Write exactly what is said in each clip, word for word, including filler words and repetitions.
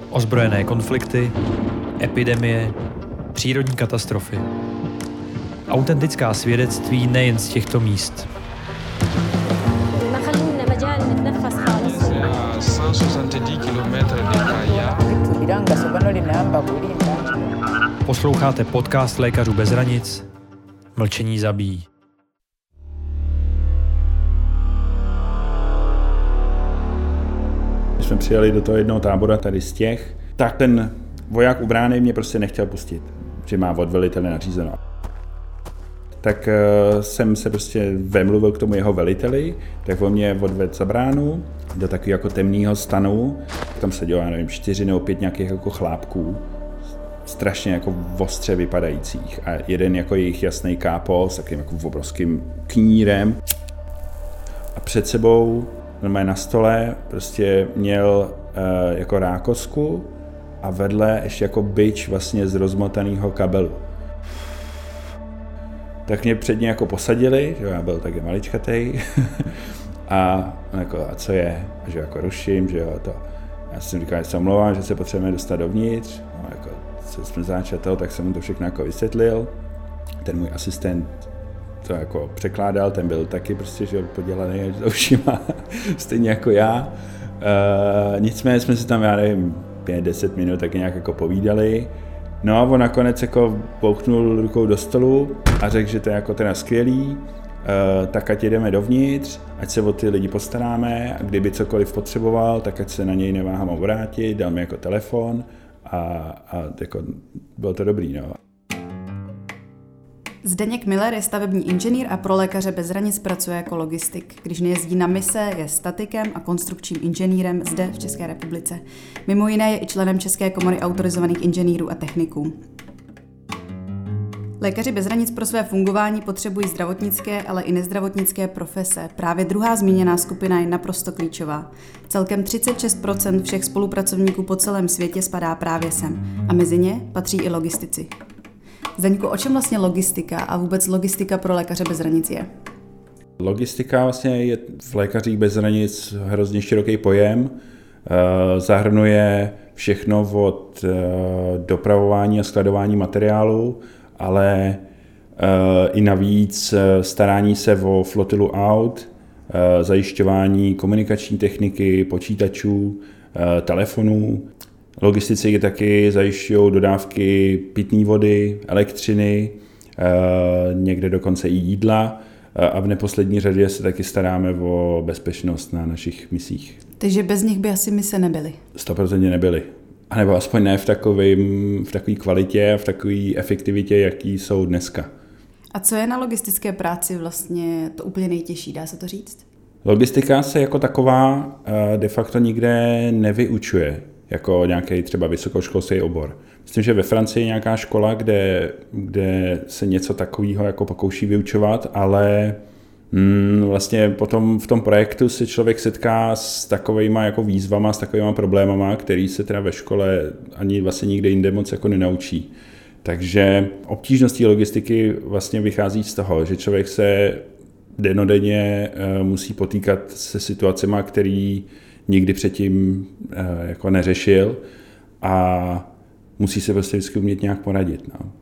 Ozbrojené konflikty, epidemie, přírodní katastrofy. Autentická svědectví nejen z těchto míst. Posloucháte podcast Lékařů bez hranic. Mlčení zabíjí. Když jsme přijeli do toho jednoho tábora tady z těch, tak ten voják u brány mě prostě nechtěl pustit, že má od velitele nařízeno. Tak uh, jsem se prostě vemluvil k tomu jeho veliteli, tak on mě odvedl za bránu do takového jako temného stanu. Tam sedělo, já nevím, čtyři nebo pět nějakých jako chlápků, strašně jako ostře vypadajících. A jeden jako jejich jasný kápo s takovým jako obrovským knírem. A před sebou normálně na stole prostě měl uh, jako rákosku a vedle ještě jako bič vlastně z rozmotaného kabelu. Tak mě před ně jako posadili, že já byl taky maličkatej a jako, a co je, a že jako ruším, že jo, to. Já jsem říkal, že se omlouvám, že se potřebujeme dostat dovnitř, no, jako, co jsme začatel, tak jsem mu to všechno jako vysvětlil. Ten můj asistent to jako překládal, ten byl taky prostě, že podělaný to ušima, stejně jako já. E, nicméně jsme si tam, já nevím, pět deset minut taky nějak jako povídali. No a on nakonec jako pouknul rukou do stolu a řekl, že to je jako teda skvělý, e, tak ať jdeme dovnitř, ať se o ty lidi postaráme a kdyby cokoliv potřeboval, tak ať se na něj neváhám obrátit, dal mi jako telefon a, a jako bylo to dobrý, no. Zdeněk Miller je stavební inženýr a pro Lékaře bez hranic pracuje jako logistik. Když nejezdí na mise, je statikem a konstrukčním inženýrem zde v České republice. Mimo jiné je i členem České komory autorizovaných inženýrů a techniků. Lékaři bez hranic pro své fungování potřebují zdravotnické, ale i nezdravotnické profese. Právě druhá zmíněná skupina je naprosto klíčová. Celkem třicet šest procent všech spolupracovníků po celém světě spadá právě sem. A mezi ně patří i logistici. Zdeňku, o čem vlastně logistika a vůbec logistika pro Lékaře bez hranic je? Logistika vlastně je v Lékařích bez hranic hrozně široký pojem. Zahrnuje všechno od dopravování a skladování materiálu, ale i navíc starání se o flotilu aut, zajišťování komunikační techniky, počítačů, telefonů. Logistici taky zajišťují dodávky pitné vody, elektřiny, někde dokonce i jídla a v neposlední řadě se taky staráme o bezpečnost na našich misích. Takže bez nich by asi mise nebyly? sto procent nebyly. A nebo aspoň ne v takovém, v takové kvalitě a v takové efektivitě, jaký jsou dneska. A co je na logistické práci vlastně to úplně nejtěžší, dá se to říct? Logistika se jako taková de facto nikde nevyučuje, jako nějaký třeba vysokoškolský obor. Myslím, že ve Francii je nějaká škola, kde, kde se něco takového jako pokouší vyučovat, ale mm, vlastně potom v tom projektu se člověk setká s takovejma jako výzvama, s takovýma problémama, který se teda ve škole ani vlastně nikde jinde moc jako nenaučí. Takže obtížnost té logistiky vlastně vychází z toho, že člověk se dennodenně musí potýkat se situacemi, který nikdy předtím jako neřešil a musí se prostě vždycky umět nějak poradit. No.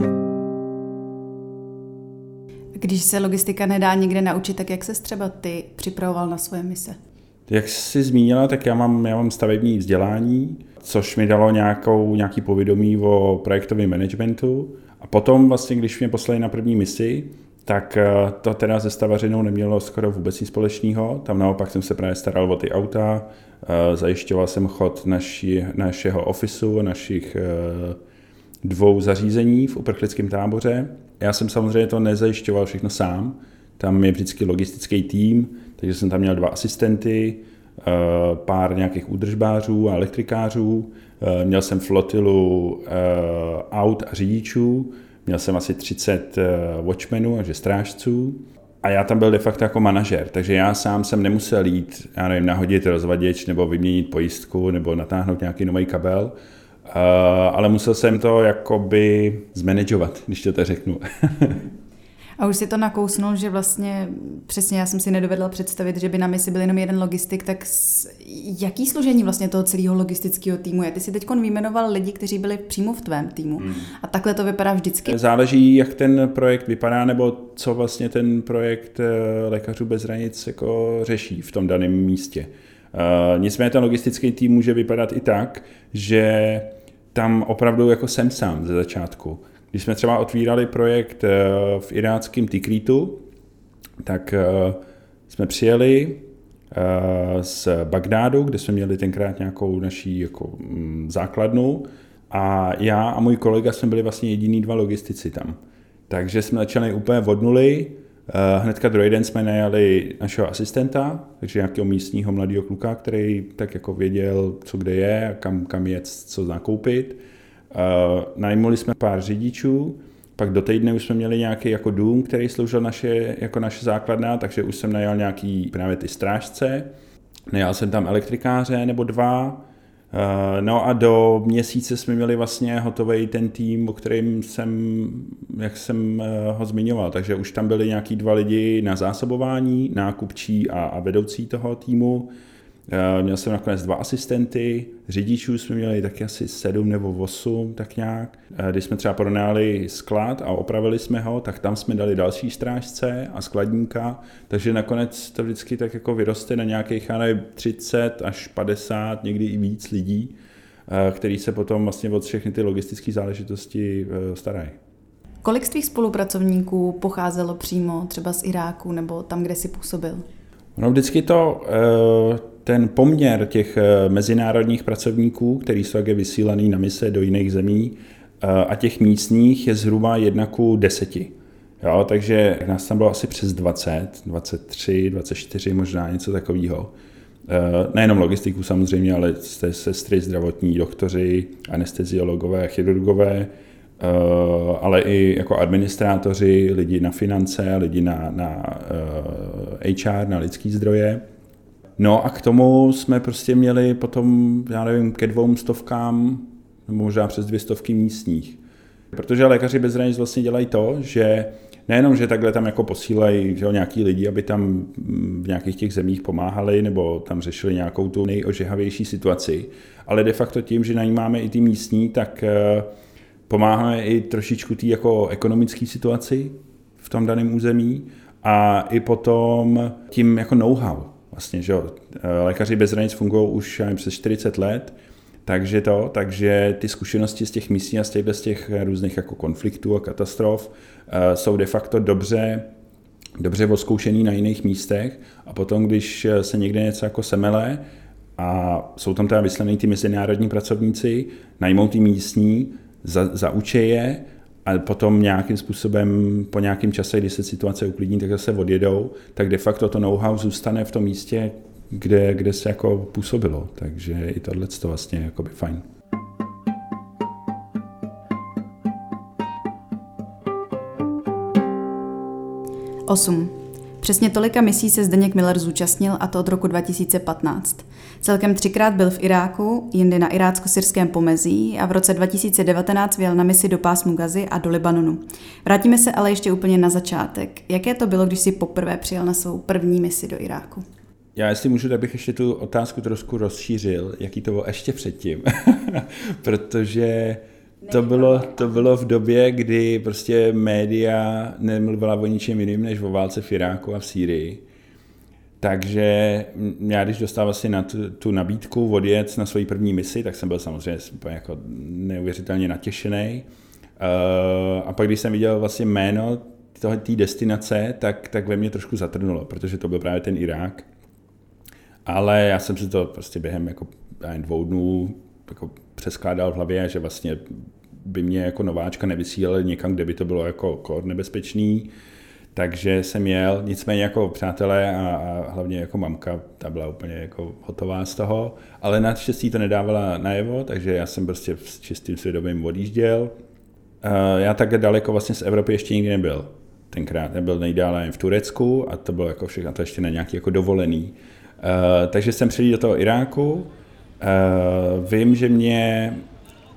Když se logistika nedá nikde naučit, tak jak ses třeba ty připravoval na svoje mise? Jak jsi zmínila, tak já mám, já mám stavební vzdělání, což mi dalo nějakou, nějaký povědomí o projektovém managementu. A potom vlastně, když mě poslali na první misi, tak to teda se stavařinou nemělo skoro vůbec nic společného. Tam naopak jsem se právě staral o ty auta, zajišťoval jsem chod naši, našeho ofisu, našich dvou zařízení v uprchlickém táboře. Já jsem samozřejmě to nezajišťoval všechno sám. Tam je vždycky logistický tým, takže jsem tam měl dva asistenty, pár nějakých údržbářů a elektrikářů. Měl jsem flotilu aut a řidičů. Měl jsem asi třicet watchmenů, takže strážců. A já tam byl de facto jako manažer, takže já sám jsem nemusel jít, já nevím, nahodit rozvaděč nebo vyměnit pojistku nebo natáhnout nějaký nový kabel, uh, ale musel jsem to jakoby zmanagovat, když to tak řeknu. A už si to nakousnul, že vlastně přesně já jsem si nedovedla představit, že by na misi byl jenom jeden logistik, tak s, jaký složení vlastně toho celého logistického týmu je? Ty si teď vyjmenoval lidi, kteří byli přímo v tvém týmu hmm. a takhle to vypadá vždycky? Záleží, jak ten projekt vypadá, nebo co vlastně ten projekt Lékařů bez hranic jako řeší v tom daném místě. Uh, nicméně ten logistický tým může vypadat i tak, že tam opravdu jako jsem sám ze začátku. Když jsme třeba otvírali projekt v iráckém Tikritu, tak jsme přijeli z Bagdádu, kde jsme měli tenkrát nějakou naší jako základnu a já a můj kolega jsme byli vlastně jediní dva logistici tam. Takže jsme začali úplně od nuly. Hnedka druhý den jsme najali našeho asistenta, takže nějakého místního mladého kluka, který tak jako věděl, co kde je, kam, kam jet, co nakoupit. Uh, najmuli jsme pár řidičů, pak do týdne už jsme měli nějaký jako dům, který sloužil naše, jako naše základna, takže už jsem najal nějaký právě ty strážce, najal jsem tam elektrikáře nebo dva, uh, no a do měsíce jsme měli vlastně hotový ten tým, o kterým jsem, jak jsem uh, ho zmiňoval, takže už tam byli nějaký dva lidi na zásobování, nákupčí a, a vedoucí toho týmu. Měl jsem nakonec dva asistenty, řidičů jsme měli taky asi sedm nebo osm, tak nějak. Když jsme třeba pronajali sklad a opravili jsme ho, tak tam jsme dali další strážce a skladníka, takže nakonec to vždycky tak jako vyroste na nějakých třicet až padesát, někdy i víc lidí, který se potom vlastně od všechny ty logistické záležitosti starají. Kolik z tvých spolupracovníků pocházelo přímo třeba z Iráku nebo tam, kde jsi působil? No vždycky to, ten poměr těch mezinárodních pracovníků, který jsou také vysílaný na mise do jiných zemí a těch místních je zhruba jedna ku deseti. Jo, takže nás tam bylo asi přes dvacet, dvacet tři, dvacet čtyři, možná něco takového. Nejenom logistiku samozřejmě, ale sestry, zdravotní, doktoři, anesteziologové, chirurgové, ale i jako administrátoři, lidi na finance, lidi na, na há er, na lidský zdroje. No a k tomu jsme prostě měli potom, já nevím, ke dvou stovkám, nebo možná přes dvě stovky místních. Protože Lékaři bez hranic vlastně dělají to, že nejenom, že takhle tam jako posílají že, nějaký lidi, aby tam v nějakých těch zemích pomáhali nebo tam řešili nějakou tu nejožehavější situaci, ale de facto tím, že najímáme i ty místní, tak pomáháme i trošičku té jako ekonomické situaci v tom daném území a i potom tím jako know-how. Vlastně, že Lékaři bez hranic fungují už přes čtyřicet let, takže to, takže ty zkušenosti z těch misí a z těch, z těch různých jako konfliktů a katastrof uh, jsou de facto dobře, dobře odzkoušený na jiných místech a potom, když se někde něco jako semele a jsou tam teda vyslaný ty mezinárodní pracovníci, najmou ty místní, za, zaučí je a potom nějakým způsobem po nějakém čase, kdy se situace uklidní, tak zase odjedou, tak de facto to know-how zůstane v tom místě, kde, kde se jako působilo. Takže i tohle to vlastně je jakoby fajn. osm. Přesně tolika misí se Zdeněk Miller zúčastnil, a to od roku dva tisíce patnáct. Celkem třikrát byl v Iráku, jindy na irácko-syrském pomezí a v roce dva tisíce devatenáct vyjel na misi do pásmu Gazy a do Libanonu. Vrátíme se ale ještě úplně na začátek. Jaké to bylo, když jsi poprvé přijel na svou první misi do Iráku? Já jestli můžu, tak bych ještě tu otázku trošku rozšířil, jaký to bylo ještě předtím, protože to bylo, to bylo v době, kdy prostě média nemluvila o ničem jiným, než o válce v Iráku a v Sýrii. Takže já, když dostal vlastně na tu, tu nabídku odjet na svoji první misi, tak jsem byl samozřejmě jako neuvěřitelně natěšený. A pak, když jsem viděl vlastně jméno té destinace, tak, tak ve mně trošku zatrnulo, protože to byl právě ten Irák. Ale já jsem si to prostě během jako dvou dnů jako přeskládal v hlavě, že vlastně by mě jako nováčka nevysílali někam, kde by to bylo jako kor nebezpečný. Takže jsem jel, nicméně jako přátelé a, a hlavně jako mamka, ta byla úplně jako hotová z toho, ale naštěstí to nedávala najevo, takže já jsem prostě s čistým svědomím odjížděl. Já tak daleko vlastně z Evropy ještě nikdy nebyl. Tenkrát nebyl nejdále v Turecku a to bylo jako všechno, to ještě na nějaký jako dovolený. Uh, takže jsem přijel do toho Iráku. Uh, vím, že mě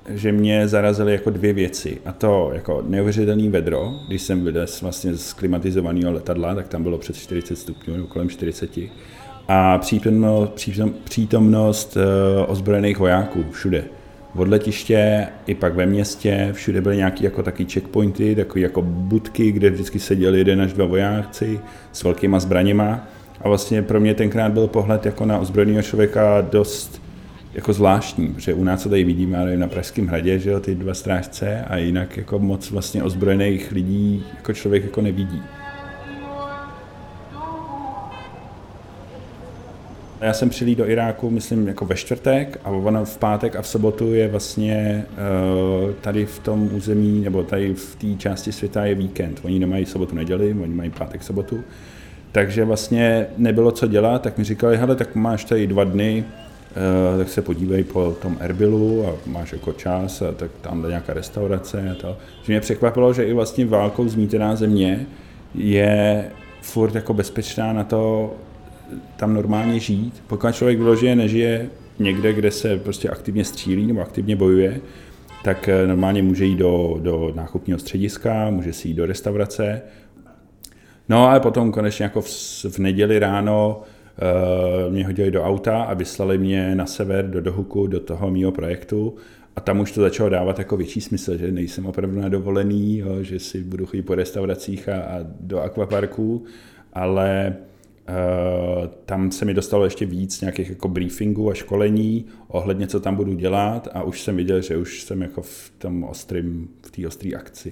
že mě zarazily jako dvě věci. A to jako neuvěřitelný vedro, když jsem vylez vlastně z klimatizovaného letadla, tak tam bylo přes čtyřicet stupňů, nebo kolem čtyřicet. A přítomnost, přítomnost ozbrojených vojáků všude. Od letiště i pak ve městě, všude byly nějaké jako taky checkpointy, takové jako budky, kde vždycky seděli jeden až dva vojáci s velkýma zbraněma. A vlastně pro mě tenkrát byl pohled jako na ozbrojeného člověka dost jako zvláštní, protože u nás, co tady vidíme na Pražském hradě, že jo, ty dva strážce a jinak jako moc vlastně ozbrojených lidí jako člověk jako nevidí. Já jsem přilí do Iráku, myslím, jako ve čtvrtek a ono v pátek a v sobotu je vlastně uh, tady v tom území, nebo tady v té části světa je víkend. Oni nemají sobotu, neděli, oni mají pátek, sobotu. Takže vlastně nebylo co dělat, tak mi říkali, hele, tak máš tady dva dny, uh, tak se podívej po tom Erbilu a máš jako čas, a tak tam jde nějaká restaurace a to. Že mě překvapilo, že i vlastně válkou zmítená země je furt jako bezpečná na to, tam normálně žít. Pokud člověk vyloženě nežije někde, kde se prostě aktivně střílí nebo aktivně bojuje, tak normálně může jít do, do nákupního střediska, může si jít do restaurace. No ale potom konečně jako v, v neděli ráno uh, mě hodili do auta a vyslali mě na sever do Dohuku, do toho mýho projektu. A tam už to začalo dávat jako větší smysl, že nejsem opravdu na dovolený, jo, že si budu chodit po restauracích a, a do akvaparků, ale Uh, tam se mi dostalo ještě víc nějakých jako briefingů a školení ohledně, co tam budu dělat a už jsem viděl, že už jsem jako v tom ostrým, v té ostré akci.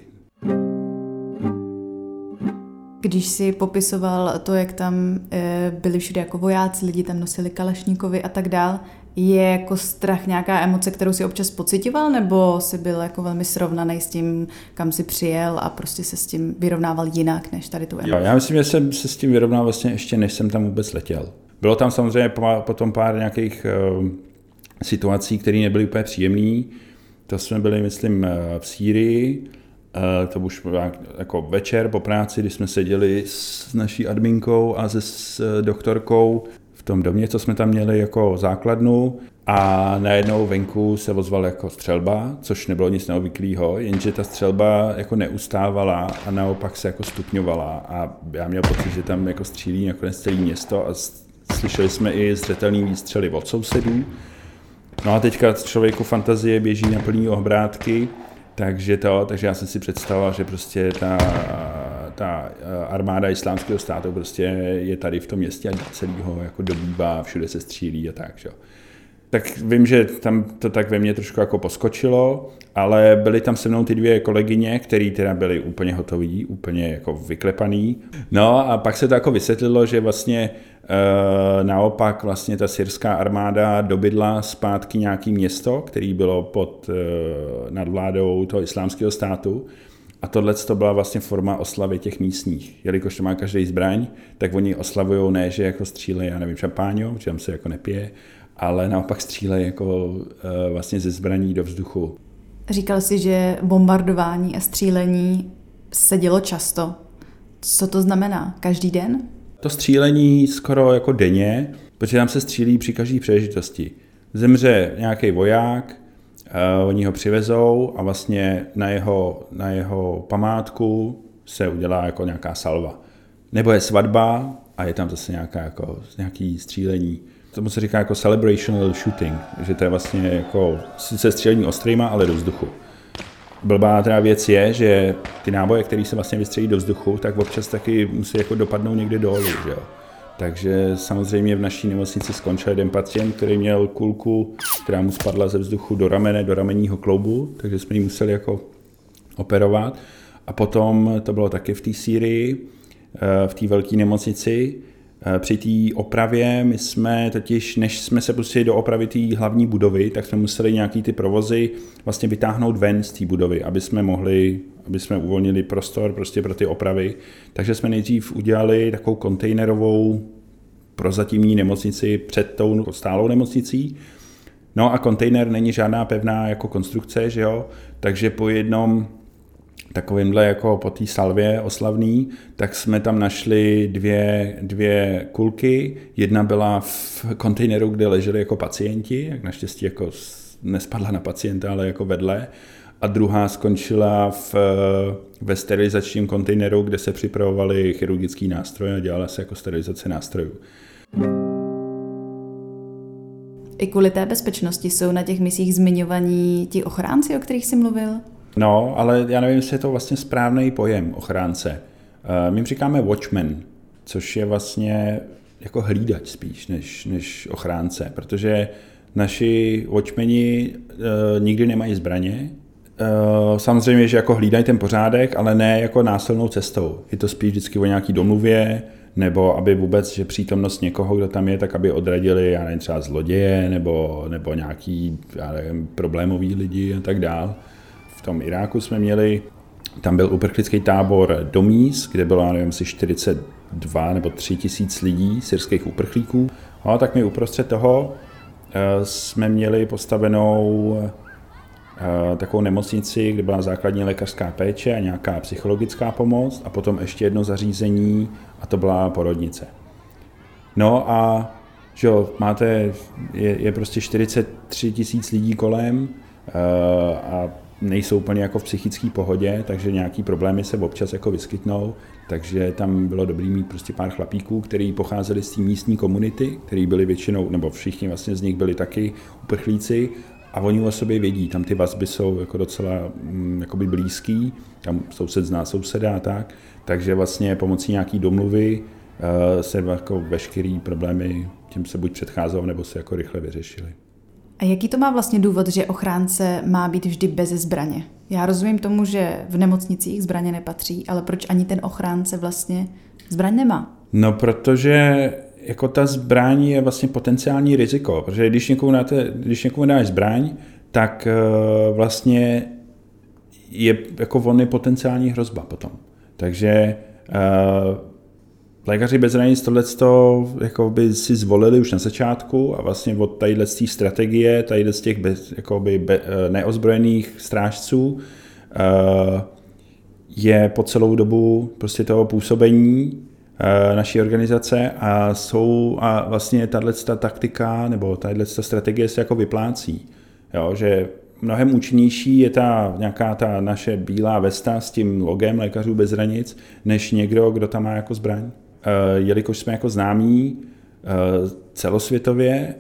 Když si popisoval to, jak tam e, byli všude jako vojáci, lidi tam nosili kalašníkovi a tak dál, je jako strach nějaká emoce, kterou si občas pocitoval, nebo jsi byl jako velmi srovnaný s tím, kam si přijel a prostě se s tím vyrovnával jinak, než tady tu emoci? Jo, já myslím, že jsem se s tím vyrovnal vlastně ještě, než jsem tam vůbec letěl. Bylo tam samozřejmě potom pár nějakých uh, situací, které nebyly úplně příjemné. To jsme byli, myslím, v Sýrii. Uh, to už bylo jako večer po práci, kdy jsme seděli s naší adminkou a se s doktorkou v tom domě, co jsme tam měli jako základnu, a najednou venku se ozvala jako střelba, což nebylo nic neobvyklého, jenže ta střelba jako neustávala a naopak se jako stupňovala a já měl pocit, že tam jako střílí nakonec celé město a slyšeli jsme i zřetelný výstřely od sousedů. No a teďka člověku fantazie běží na plný obrátky, takže to, takže já jsem si představoval, že prostě ta ta armáda islámského státu prostě je tady v tom městě a celýho jako dobývá, všude se střílí a tak, že? Tak vím, že tam to tak ve mně trošku jako poskočilo, ale byly tam se mnou ty dvě kolegyně, které teda byly úplně hotový, úplně jako vyklepaný. No a pak se to jako vysvětlilo, že vlastně e, naopak vlastně ta syrská armáda dobydla zpátky nějaké město, které bylo pod e, nadvládou toho islámského státu. A tohle to byla vlastně forma oslavy těch místních. Jelikož to má každý zbraň, tak oni oslavujou ne, že jako střílejí, já nevím, šampáňou, že tam se jako nepije, ale naopak střílejí jako uh, vlastně ze zbraní do vzduchu. Říkal jsi, že bombardování a střílení se dělo často. Co to znamená? Každý den? To střílení skoro jako denně, protože tam se střílí při každé příležitosti. Zemře nějaký voják, Uh, oni ho přivezou a vlastně na jeho, na jeho památku se udělá jako nějaká salva. Nebo je svatba a je tam zase nějaká, jako, nějaký střílení. Tomu se říká jako celebrational shooting, že to je vlastně jako sice střílení ostrýma, ale do vzduchu. Blbá teda věc je, že ty náboje, které se vlastně vystřelí do vzduchu, tak občas taky musí jako dopadnout někde dolů, že jo. Takže samozřejmě v naší nemocnici skončil jeden pacient, který měl kulku, která mu spadla ze vzduchu do ramene, do ramenního kloubu, takže jsme ji museli jako operovat. A potom to bylo taky v té Sýrii, v té velké nemocnici. Při té opravě my jsme totiž, než jsme se pustili do opravy té hlavní budovy, tak jsme museli nějaký ty provozy vlastně vytáhnout ven z té budovy, aby jsme mohli, aby jsme uvolnili prostor prostě pro ty opravy. Takže jsme nejdřív udělali takovou kontejnerovou prozatímní nemocnici před tou stálou nemocnicí. No a kontejner není žádná pevná jako konstrukce, že jo? Takže po jednom takovýmhle jako po té salvě oslavný, tak jsme tam našli dvě, dvě kulky. Jedna byla v kontejneru, kde leželi jako pacienti, jak naštěstí jako nespadla na pacienta, ale jako vedle. A druhá skončila v, ve sterilizačním kontejneru, kde se připravovaly chirurgické nástroje a dělala se jako sterilizace nástrojů. I kvůli té bezpečnosti jsou na těch misích zmiňovaní ti ochránci, o kterých jsi mluvil? No, ale já nevím, jestli je to vlastně správný pojem ochránce. My jim říkáme watchman, což je vlastně jako hlídač spíš než, než ochránce, protože naši watchmeni e, nikdy nemají zbraně. E, samozřejmě, že jako hlídají ten pořádek, ale ne jako násilnou cestou. Je to spíš vždycky o nějaký domluvě, nebo aby vůbec, že přítomnost někoho, kdo tam je, tak aby odradili, já nevím, třeba zloděje, nebo, nebo nějaký, já nevím, problémový lidi a tak dál. V tom Iráku jsme měli, tam byl uprchlický tábor Domíz, kde bylo, já nevím, si čtyřicet dva nebo tři tisíc lidí, syrských uprchlíků. No, tak my uprostřed toho e, jsme měli postavenou e, takovou nemocnici, kde byla základní lékařská péče a nějaká psychologická pomoc a potom ještě jedno zařízení a to byla porodnice. No a že jo, máte, je, je prostě čtyřicet tři tisíc lidí kolem e, a nejsou úplně jako v psychické pohodě, takže nějaký problémy se občas jako vyskytnou, takže tam bylo dobrý mít prostě pár chlapíků, kteří pocházeli z té místní komunity, který byli většinou, nebo všichni vlastně z nich byli taky uprchlíci a oni o sobě vědí, tam ty vazby jsou jako docela mm, jakoby blízký, tam soused zná souseda a tak, takže vlastně pomocí nějaký domluvy uh, se jako veškerý problémy tím se buď předcházelo, nebo se jako rychle vyřešili. A jaký to má vlastně důvod, že ochránce má být vždy bez zbraně? Já rozumím tomu, že v nemocnicích zbraně nepatří, ale proč ani ten ochránce vlastně zbraň nemá? No, protože jako ta zbraň je vlastně potenciální riziko, protože když někomu, dáte, když někomu dáš zbraň, tak uh, vlastně je jako on je potenciální hrozba potom. Takže uh, Lékaři bez hranic tohleto jako by si zvolili už na začátku a vlastně od tadyhle z té strategie, tadyhle z těch bez, jakoby be, neozbrojených strážců je po celou dobu prostě toho působení naší organizace a jsou a vlastně tato taktika nebo tato strategie se jako vyplácí. Jo, že mnohem účinnější je ta nějaká ta naše bílá vesta s tím logem Lékařů bez hranic, než někdo, kdo tam má jako zbraň. Jelikož jsme jako známí celosvětově,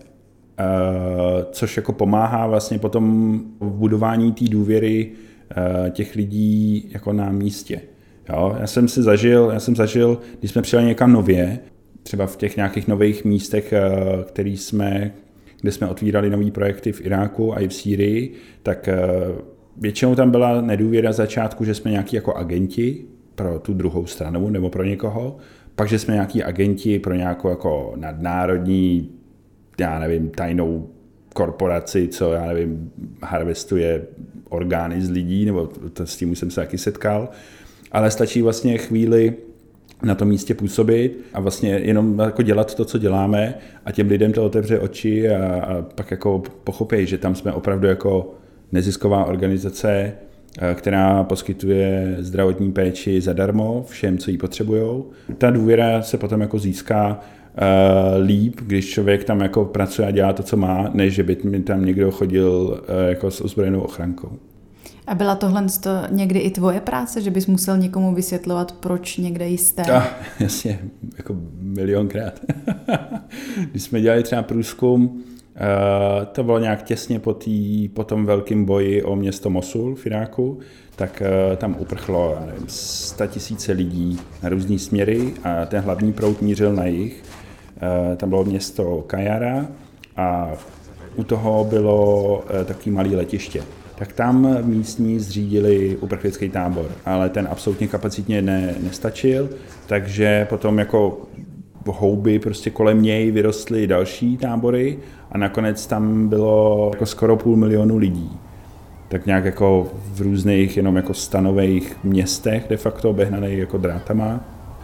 což jako pomáhá vlastně potom v budování té důvěry těch lidí jako na místě. Jo, já jsem si zažil, já jsem zažil, když jsme přijeli někam nově, třeba v těch nějakých nových místech, který jsme, kde jsme otvírali nový projekty v Iráku a i v Sýrii, tak většinou tam byla nedůvěra začátku, že jsme nějaký jako agenti pro tu druhou stranu nebo pro někoho, pak, že jsme nějaký agenti pro nějakou jako nadnárodní, já nevím, tajnou korporaci, co, já nevím, harvestuje orgány z lidí, nebo to, s tím už jsem se taky setkal, ale stačí vlastně chvíli na tom místě působit a vlastně jenom jako dělat to, co děláme a těm lidem to otevře oči a, a pak jako pochopí, že tam jsme opravdu jako nezisková organizace, která poskytuje zdravotní péči zadarmo všem, co ji potřebujou. Ta důvěra se potom jako získá uh, líp, když člověk tam jako pracuje a dělá to, co má, než že by tam někdo chodil uh, jako s ozbrojenou ochrankou. A byla tohle někdy i tvoje práce, že bys musel někomu vysvětlovat, proč někde jste? Ah, jasně, jako milionkrát. Když jsme dělali třeba průzkum, Uh, to bylo nějak těsně po, tý, po tom velkém boji o město Mosul v Iráku, tak uh, tam uprchlo sta tisíce lidí na různý směry a ten hlavní proud mířil na jih. Uh, tam bylo město Kajara a u toho bylo uh, takový malé letiště. Tak tam místní zřídili uprchlický tábor, ale ten absolutně kapacitně ne, nestačil, takže potom jako houby prostě kolem něj vyrostly další tábory a nakonec tam bylo jako skoro půl milionu lidí. Tak nějak jako v různých jenom jako stanových městech de facto obehnaných jako drátama.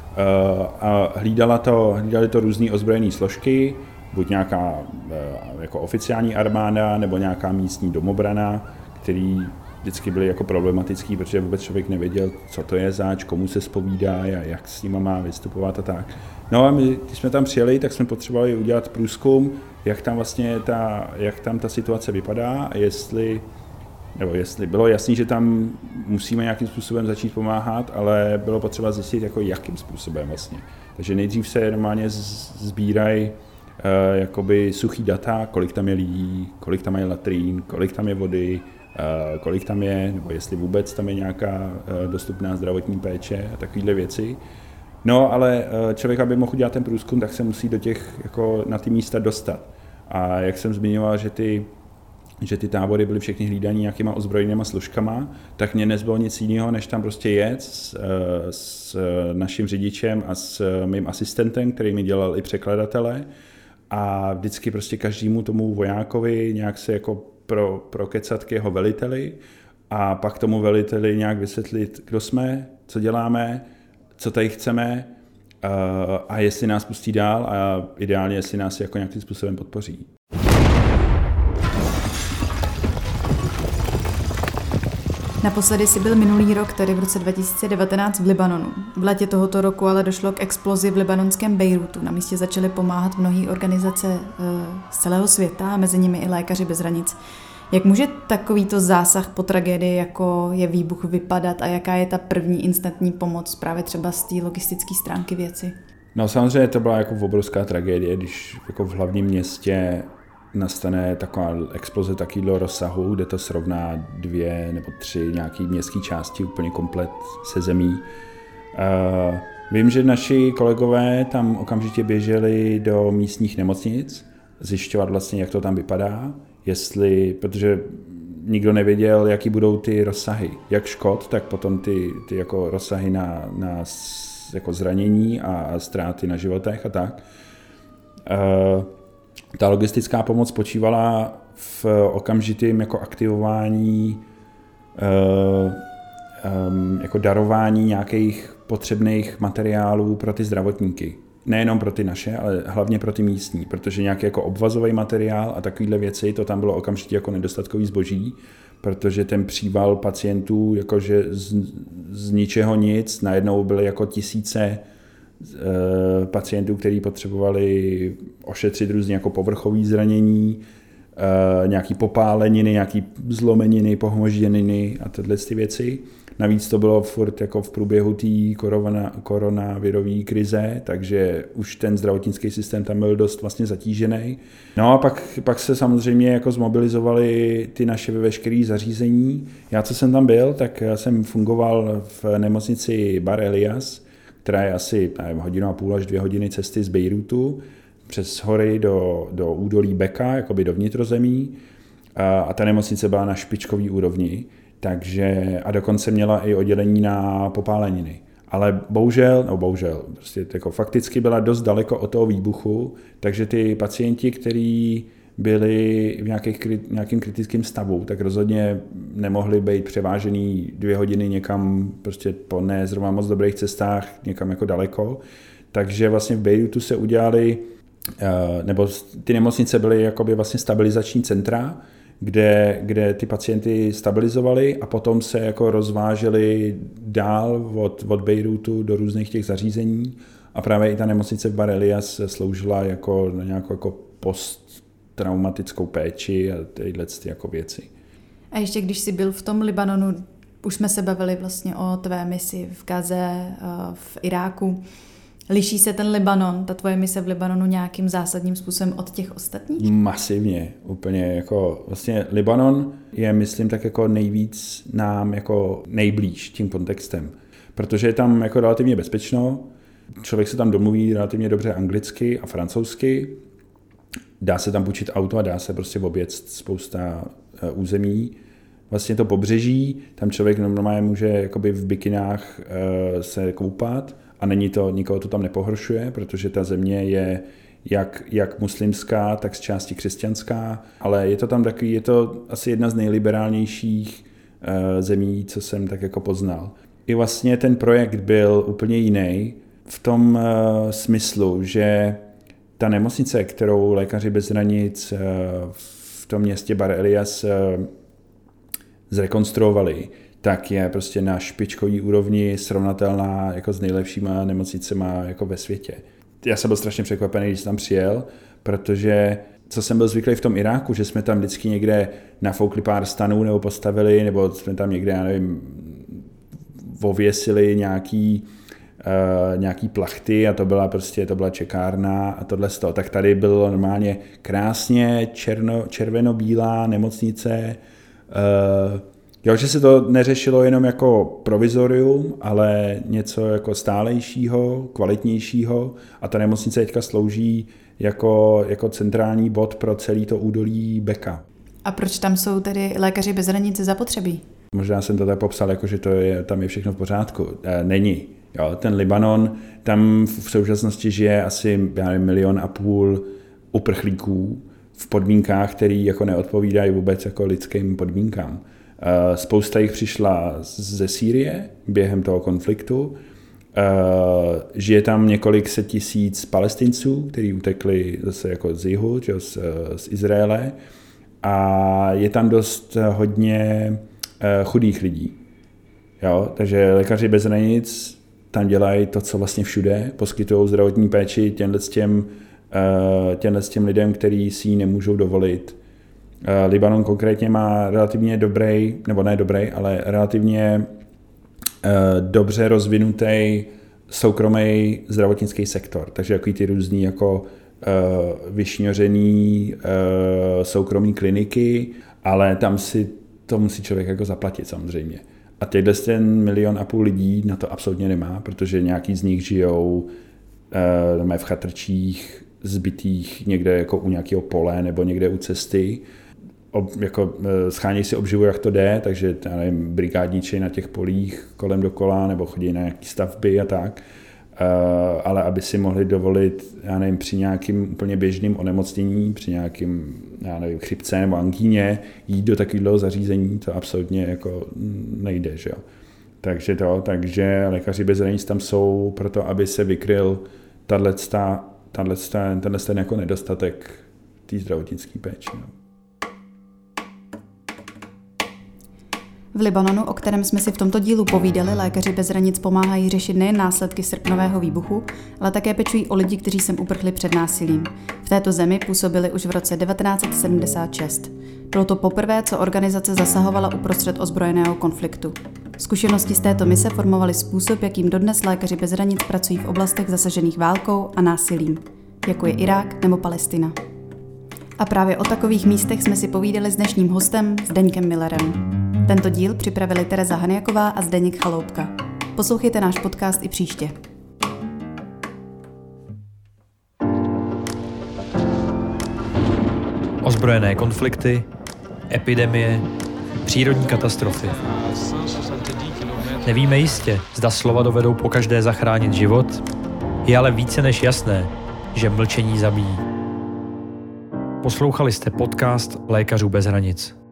A hlídala to, hlídali to různý ozbrojené složky, buď nějaká jako oficiální armáda nebo nějaká místní domobrana, který vždycky byly jako problematický, protože vůbec člověk nevěděl, co to je zač, komu se zpovídá a jak s nima má vystupovat a tak. No a my, když jsme tam přijeli, tak jsme potřebovali udělat průzkum, jak tam vlastně ta, jak tam ta situace vypadá a jestli, nebo jestli bylo jasný, že tam musíme nějakým způsobem začít pomáhat, ale bylo potřeba zjistit, jako jakým způsobem vlastně. Takže nejdřív se normálně sbírají Uh, jakoby suchý data, kolik tam je lidí, kolik tam je latrín, kolik tam je vody, uh, kolik tam je, nebo jestli vůbec tam je nějaká uh, dostupná zdravotní péče a takovéhle věci. No, ale uh, člověk, aby mohl udělat ten průzkum, tak se musí do těch, jako na ty místa dostat. A jak jsem zmiňoval, že ty, že ty tábory byly všechny hlídaný nějakýma ozbrojenýma složkama, tak mě nezbylo nic jiného, než tam prostě jet s, uh, s naším řidičem a s mým asistentem, který mi dělal i překladatele. A vždycky prostě každému tomu vojákovi nějak se jako pro, prokecat k jeho veliteli a pak tomu veliteli nějak vysvětlit, kdo jsme, co děláme, co tady chceme a jestli nás pustí dál a ideálně, jestli nás jako nějakým způsobem podpoří. Naposledy si byl minulý rok, tedy v roce dva tisíce devatenáct v Libanonu. V létě tohoto roku ale došlo k explozi v libanonském Bejrútu. Na místě začaly pomáhat mnohé organizace z celého světa a mezi nimi i Lékaři bez hranic. Jak může takovýto zásah po tragédii, jako je výbuch, vypadat a jaká je ta první instantní pomoc právě třeba z té logistické stránky věci? No samozřejmě to byla jako obrovská tragédie, když jako v hlavním městě nastane taková exploze takového rozsahu, kde to srovná dvě nebo tři nějaké městské části úplně komplet se zemí. Uh, vím, že naši kolegové tam okamžitě běželi do místních nemocnic, zjišťovat vlastně, jak to tam vypadá, jestli, protože nikdo nevěděl, jaký budou ty rozsahy, jak škod, tak potom ty, ty jako rozsahy na, na jako zranění a, a ztráty na životech a tak. Uh, Ta logistická pomoc spočívala v okamžitém jako aktivování, um, jako darování nějakých potřebných materiálů pro ty zdravotníky. Nejenom pro ty naše, ale hlavně pro ty místní, protože nějaký jako obvazový materiál a takovéhle věci, to tam bylo okamžitě jako nedostatkový zboží, protože ten příval pacientů, jakože z, z ničeho nic, najednou byly jako tisíce pacientů, kteří potřebovali ošetřit různě jako povrchové zranění, nějaký popáleniny, nějaký zlomeniny, pohmožděniny a tyhle ty věci. Navíc to bylo furt jako v průběhu té korona, koronavirové krize, takže už ten zdravotnický systém tam byl dost vlastně zatížený. No a pak, pak se samozřejmě jako zmobilizovali ty naše veškeré zařízení. Já, co jsem tam byl, tak já jsem fungoval v nemocnici Bar Elias, která je asi nevím, hodinu a půl až dvě hodiny cesty z Bejrútu přes hory do, do údolí Beka, jakoby do vnitrozemí. A, a ta nemocnice byla na špičkový úrovni, takže a dokonce měla i oddělení na popáleniny. Ale bohužel, no bohužel, prostě jako fakticky byla dost daleko od toho výbuchu, takže ty pacienti, kteří byli v nějakých, nějakým kritickém stavu, tak rozhodně nemohli být převážený dvě hodiny někam prostě po ne zrovna moc dobrých cestách, někam jako daleko. Takže vlastně v Bejrútu se udělali, nebo ty nemocnice byly jakoby vlastně stabilizační centra, kde, kde ty pacienty stabilizovali a potom se jako rozváželi dál od, od Bejrútu do různých těch zařízení a právě i ta nemocnice v Bar Elias sloužila jako na nějakou jako posttraumatickou péči a tyhle jako věci. A ještě když jsi byl v tom Libanonu, už jsme se bavili vlastně o tvé misi v Gaze, v Iráku. Liší se ten Libanon, ta tvoje mise v Libanonu nějakým zásadním způsobem od těch ostatních? Masivně, úplně jako vlastně Libanon je, myslím, tak jako nejvíc nám jako nejblíž tím kontextem, protože je tam jako relativně bezpečno, člověk se tam domluví relativně dobře anglicky a francouzsky, dá se tam půjčit auto a dá se prostě objet spousta uh, území. Vlastně to pobřeží, tam člověk normálně může jakoby v bikinách uh, se koupat a není to, nikoho to tam nepohoršuje, protože ta země je jak, jak muslimská, tak z části křesťanská, ale je to tam takový, je to asi jedna z nejliberálnějších uh, zemí, co jsem tak jako poznal. I vlastně ten projekt byl úplně jiný v tom uh, smyslu, že ta nemocnice, kterou Lékaři bez hranic uh, v tom městě Bar Elias uh, zrekonstruovali, tak je prostě na špičkový úrovni srovnatelná jako s nejlepšíma nemocnicema jako ve světě. Já jsem byl strašně překvapený, když jsem tam přijel, protože co jsem byl zvyklý v tom Iráku, že jsme tam vždycky někde nafoukli pár stanů nebo postavili, nebo jsme tam někde, já nevím, ověsili nějaký, uh, nějaký plachty a to byla prostě, to byla čekárna a tohle z toho. Tak tady bylo normálně krásně černo, červeno-bílá nemocnice. Uh, jo, že se to neřešilo jenom jako provizorium, ale něco jako stálejšího, kvalitnějšího a ta nemocnice teďka slouží jako, jako centrální bod pro celý to údolí Beka. A proč tam jsou tedy lékaři bez hranic zapotřebí? Možná jsem to tak popsal, jako že to je, tam je všechno v pořádku. E, není. Jo, ten Libanon, tam v současnosti žije asi já nevím, milion a půl uprchlíků v podmínkách, které jako neodpovídají vůbec jako lidským podmínkám. E, spousta jich přišla ze Sýrie během toho konfliktu. E, žije tam několik set tisíc Palestinců, kteří utekli zase jako z jihu, z, z Izraele. A je tam dost hodně chudých lidí. Jo? Takže lékaři bez hranic tam dělají to, co vlastně všude, poskytují zdravotní péči těmhle těm, těmhle těm lidem, kteří si ji nemůžou dovolit. Libanon konkrétně má relativně dobrý, nebo ne dobrý, ale relativně dobře rozvinutý soukromý zdravotnický sektor. Takže takový ty různý jako vyšňořený soukromý kliniky, ale tam si to musí člověk jako zaplatit samozřejmě. A těchto ten milion a půl lidí na to absolutně nemá, protože nějaký z nich žijou uh, v chatrčích, zbytých někde jako u nějakého pole nebo někde u cesty. Ob, jako, uh, schánějí si obživu, jak to jde, takže já nevím, brigádniči na těch polích kolem dokola nebo chodí na nějaké stavby a tak. Uh, ale aby si mohli dovolit, já nevím, při nějakým úplně běžným onemocnění, při nějakým, já nevím, chřipce nebo angíně, jít do takového zařízení, to absolutně jako nejde, že jo. Takže to, takže lékaři bez hranic tam jsou proto, aby se vykryl tato, tenhle ten jako nedostatek té zdravotnické péče. No. V Libanonu, o kterém jsme si v tomto dílu povídali, lékaři bez hranic pomáhají řešit nejen následky srpnového výbuchu, ale také pečují o lidi, kteří sem uprchli před násilím. V této zemi působili už v roce devatenáct set sedmdesát šest. Bylo to poprvé, co organizace zasahovala uprostřed ozbrojeného konfliktu. Zkušenosti z této mise formovaly způsob, jakým dodnes lékaři bez hranic pracují v oblastech zasažených válkou a násilím, jako je Irák nebo Palestina. A právě o takových místech jsme si povídali s dnešním hostem Zdeňkem Millerem. Tento díl připravili Tereza Haniaková a Zdeněk Chaloupka. Poslouchejte náš podcast i příště. Ozbrojené konflikty, epidemie, přírodní katastrofy. Nevíme jistě, zda slova dovedou pokaždé zachránit život, je ale více než jasné, že mlčení zabíjí. Poslouchali jste podcast Lékařů bez hranic.